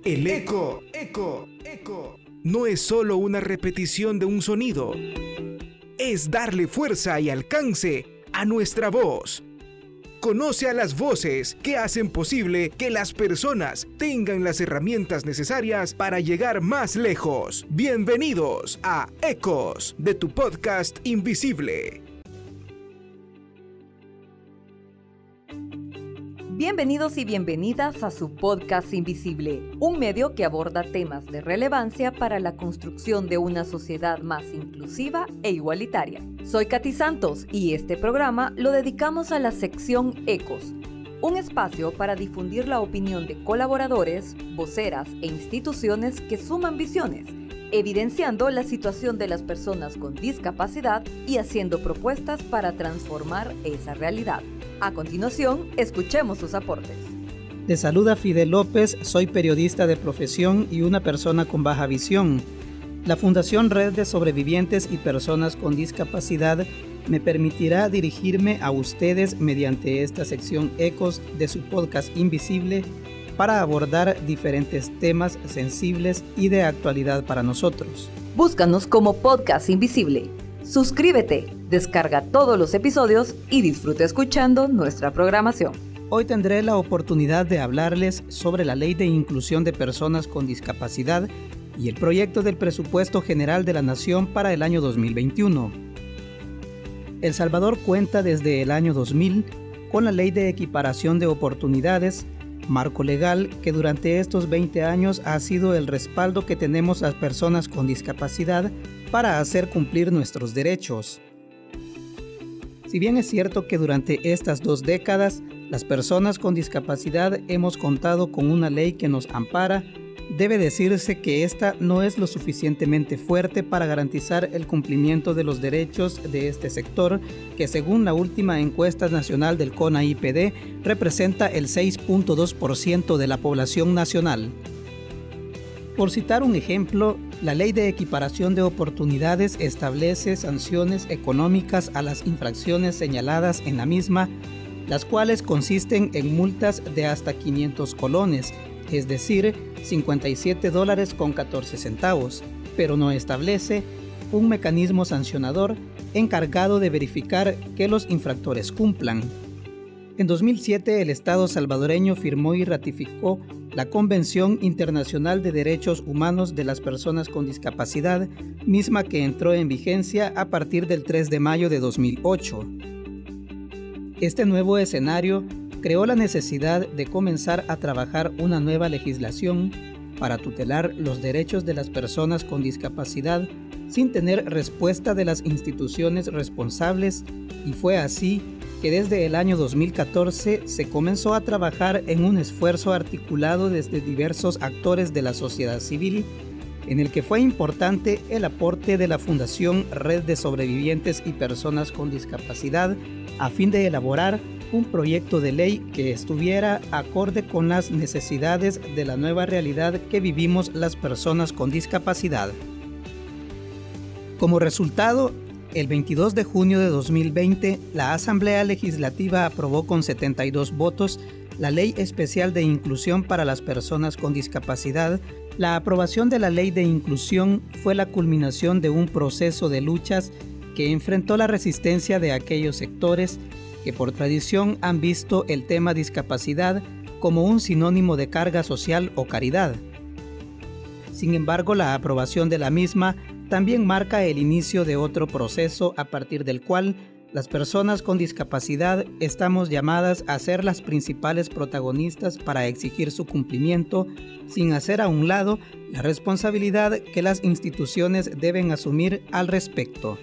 El eco no es solo una repetición de un sonido, es darle fuerza y alcance a nuestra voz. Conoce a las voces que hacen posible que las personas tengan las herramientas necesarias para llegar más lejos. Bienvenidos a Ecos, de tu podcast Invisible. Bienvenidos y bienvenidas a su podcast Invisible, un medio que aborda temas de relevancia para la construcción de una sociedad más inclusiva e igualitaria. Soy Katy Santos y este programa lo dedicamos a la sección Ecos, un espacio para difundir la opinión de colaboradores, voceras e instituciones que suman visiones, evidenciando la situación de las personas con discapacidad y haciendo propuestas para transformar esa realidad. A continuación, escuchemos sus aportes. Te saluda Fidel López, soy periodista de profesión y una persona con baja visión. La Fundación Red de Sobrevivientes y Personas con Discapacidad me permitirá dirigirme a ustedes mediante esta sección Ecos de su podcast Invisible para abordar diferentes temas sensibles y de actualidad para nosotros. Búscanos como Podcast Invisible. Suscríbete, descarga todos los episodios y disfruta escuchando nuestra programación. Hoy tendré la oportunidad de hablarles sobre la Ley de Inclusión de Personas con Discapacidad y el proyecto del Presupuesto General de la Nación para el año 2021. El Salvador cuenta desde el año 2000 con la Ley de Equiparación de Oportunidades, marco legal que durante estos 20 años ha sido el respaldo que tenemos las personas con discapacidad para hacer cumplir nuestros derechos. Si bien es cierto que durante estas 2 décadas, las personas con discapacidad hemos contado con una ley que nos ampara, debe decirse que esta no es lo suficientemente fuerte para garantizar el cumplimiento de los derechos de este sector, que según la última encuesta nacional del CONA-IPD, representa el 6.2% de la población nacional. Por citar un ejemplo, la Ley de Equiparación de Oportunidades establece sanciones económicas a las infracciones señaladas en la misma, las cuales consisten en multas de hasta 500 colones, es decir, $57.14, pero no establece un mecanismo sancionador encargado de verificar que los infractores cumplan. En 2007, el Estado salvadoreño firmó y ratificó la Convención Internacional de Derechos Humanos de las Personas con Discapacidad, misma que entró en vigencia a partir del 3 de mayo de 2008. Este nuevo escenario creó la necesidad de comenzar a trabajar una nueva legislación para tutelar los derechos de las personas con discapacidad sin tener respuesta de las instituciones responsables, y fue así que desde el año 2014 se comenzó a trabajar en un esfuerzo articulado desde diversos actores de la sociedad civil, en el que fue importante el aporte de la Fundación Red de Sobrevivientes y Personas con Discapacidad a fin de elaborar un proyecto de ley que estuviera acorde con las necesidades de la nueva realidad que vivimos las personas con discapacidad. Como resultado, el 22 de junio de 2020, la Asamblea Legislativa aprobó con 72 votos la Ley Especial de Inclusión para las Personas con Discapacidad. La aprobación de la Ley de Inclusión fue la culminación de un proceso de luchas que enfrentó la resistencia de aquellos sectores que por tradición han visto el tema discapacidad como un sinónimo de carga social o caridad. Sin embargo, la aprobación de la misma también marca el inicio de otro proceso a partir del cual las personas con discapacidad estamos llamadas a ser las principales protagonistas para exigir su cumplimiento, sin hacer a un lado la responsabilidad que las instituciones deben asumir al respecto.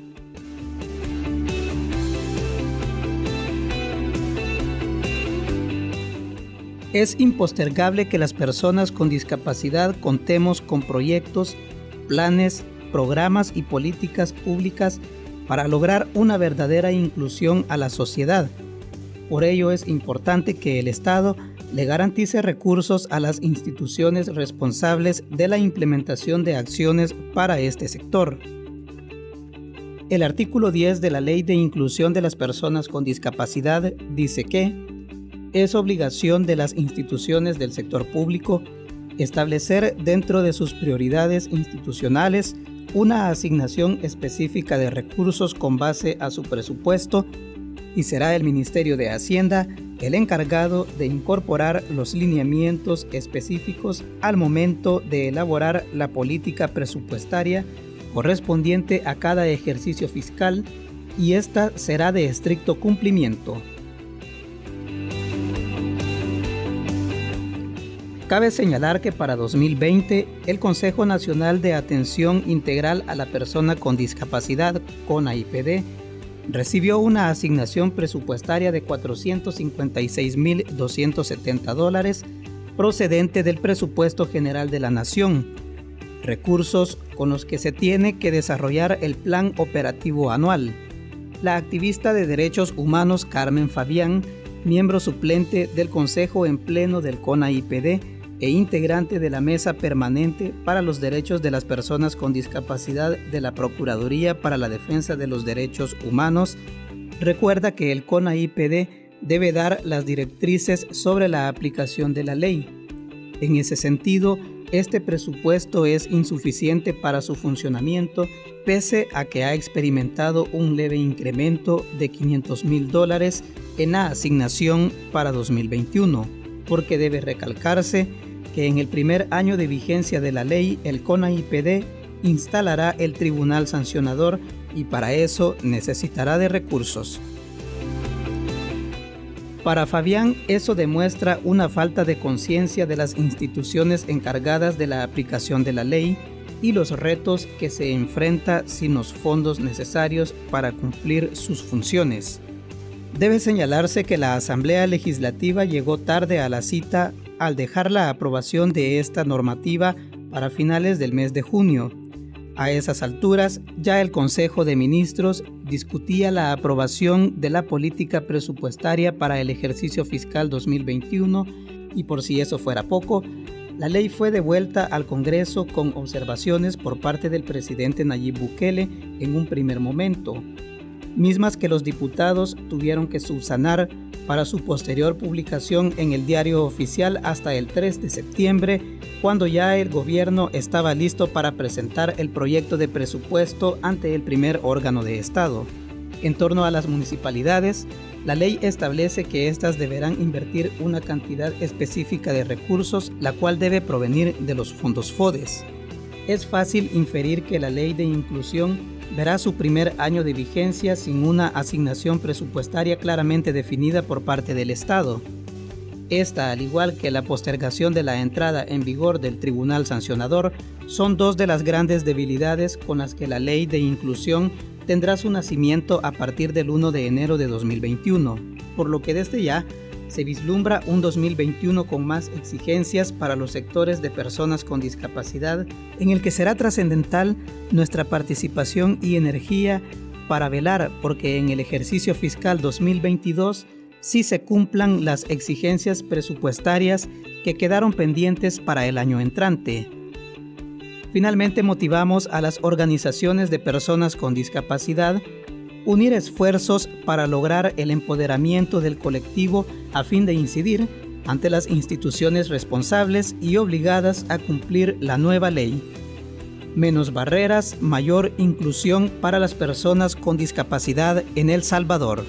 Es impostergable que las personas con discapacidad contemos con proyectos, planes, programas y políticas públicas para lograr una verdadera inclusión a la sociedad. Por ello es importante que el Estado le garantice recursos a las instituciones responsables de la implementación de acciones para este sector. El artículo 10 de la Ley de Inclusión de las Personas con Discapacidad dice que es obligación de las instituciones del sector público establecer dentro de sus prioridades institucionales una asignación específica de recursos con base a su presupuesto, y será el Ministerio de Hacienda el encargado de incorporar los lineamientos específicos al momento de elaborar la política presupuestaria correspondiente a cada ejercicio fiscal, y esta será de estricto cumplimiento. Cabe señalar que para 2020, el Consejo Nacional de Atención Integral a la Persona con Discapacidad, CONAIPD, recibió una asignación presupuestaria de $456,270 procedente del Presupuesto General de la Nación, recursos con los que se tiene que desarrollar el Plan Operativo Anual. La activista de derechos humanos Carmen Fabián, miembro suplente del Consejo en Pleno del CONAIPD e integrante de la Mesa Permanente para los Derechos de las Personas con Discapacidad de la Procuraduría para la Defensa de los Derechos Humanos, recuerda que el CONAIPD debe dar las directrices sobre la aplicación de la ley. En ese sentido, este presupuesto es insuficiente para su funcionamiento, pese a que ha experimentado un leve incremento de $500,000 en la asignación para 2021, porque debe recalcarse que en el primer año de vigencia de la ley, el CONAIPD instalará el tribunal sancionador y para eso necesitará de recursos. Para Fabián, eso demuestra una falta de conciencia de las instituciones encargadas de la aplicación de la ley y los retos que se enfrenta sin los fondos necesarios para cumplir sus funciones. Debe señalarse que la Asamblea Legislativa llegó tarde a la cita al dejar la aprobación de esta normativa para finales del mes de junio. A esas alturas, ya el Consejo de Ministros discutía la aprobación de la política presupuestaria para el ejercicio fiscal 2021 y por si eso fuera poco, la ley fue devuelta al Congreso con observaciones por parte del presidente Nayib Bukele en un primer momento, mismas que los diputados tuvieron que subsanar para su posterior publicación en el Diario Oficial hasta el 3 de septiembre, cuando ya el gobierno estaba listo para presentar el proyecto de presupuesto ante el primer órgano de Estado. En torno a las municipalidades, la ley establece que éstas deberán invertir una cantidad específica de recursos, la cual debe provenir de los fondos FODES. Es fácil inferir que la ley de inclusión verá su primer año de vigencia sin una asignación presupuestaria claramente definida por parte del Estado. Esta, al igual que la postergación de la entrada en vigor del Tribunal Sancionador, son dos de las grandes debilidades con las que la ley de inclusión tendrá su nacimiento a partir del 1 de enero de 2021, por lo que desde ya se vislumbra un 2021 con más exigencias para los sectores de personas con discapacidad, en el que será trascendental nuestra participación y energía para velar porque en el ejercicio fiscal 2022 sí se cumplan las exigencias presupuestarias que quedaron pendientes para el año entrante. Finalmente, motivamos a las organizaciones de personas con discapacidad unir esfuerzos para lograr el empoderamiento del colectivo a fin de incidir ante las instituciones responsables y obligadas a cumplir la nueva ley. Menos barreras, mayor inclusión para las personas con discapacidad en El Salvador.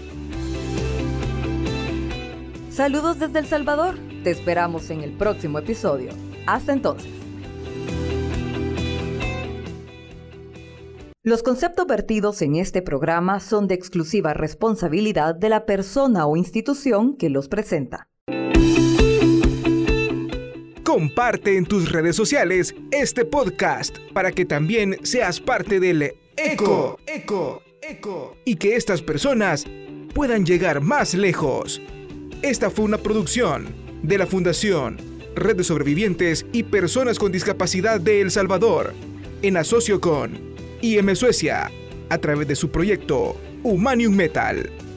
Saludos desde El Salvador. Te esperamos en el próximo episodio. Hasta entonces. Los conceptos vertidos en este programa son de exclusiva responsabilidad de la persona o institución que los presenta. Comparte en tus redes sociales este podcast para que también seas parte del ECO y que estas personas puedan llegar más lejos. Esta fue una producción de la Fundación Red de Sobrevivientes y Personas con Discapacidad de El Salvador, en asocio con IM Suecia, a través de su proyecto Humanium Metal.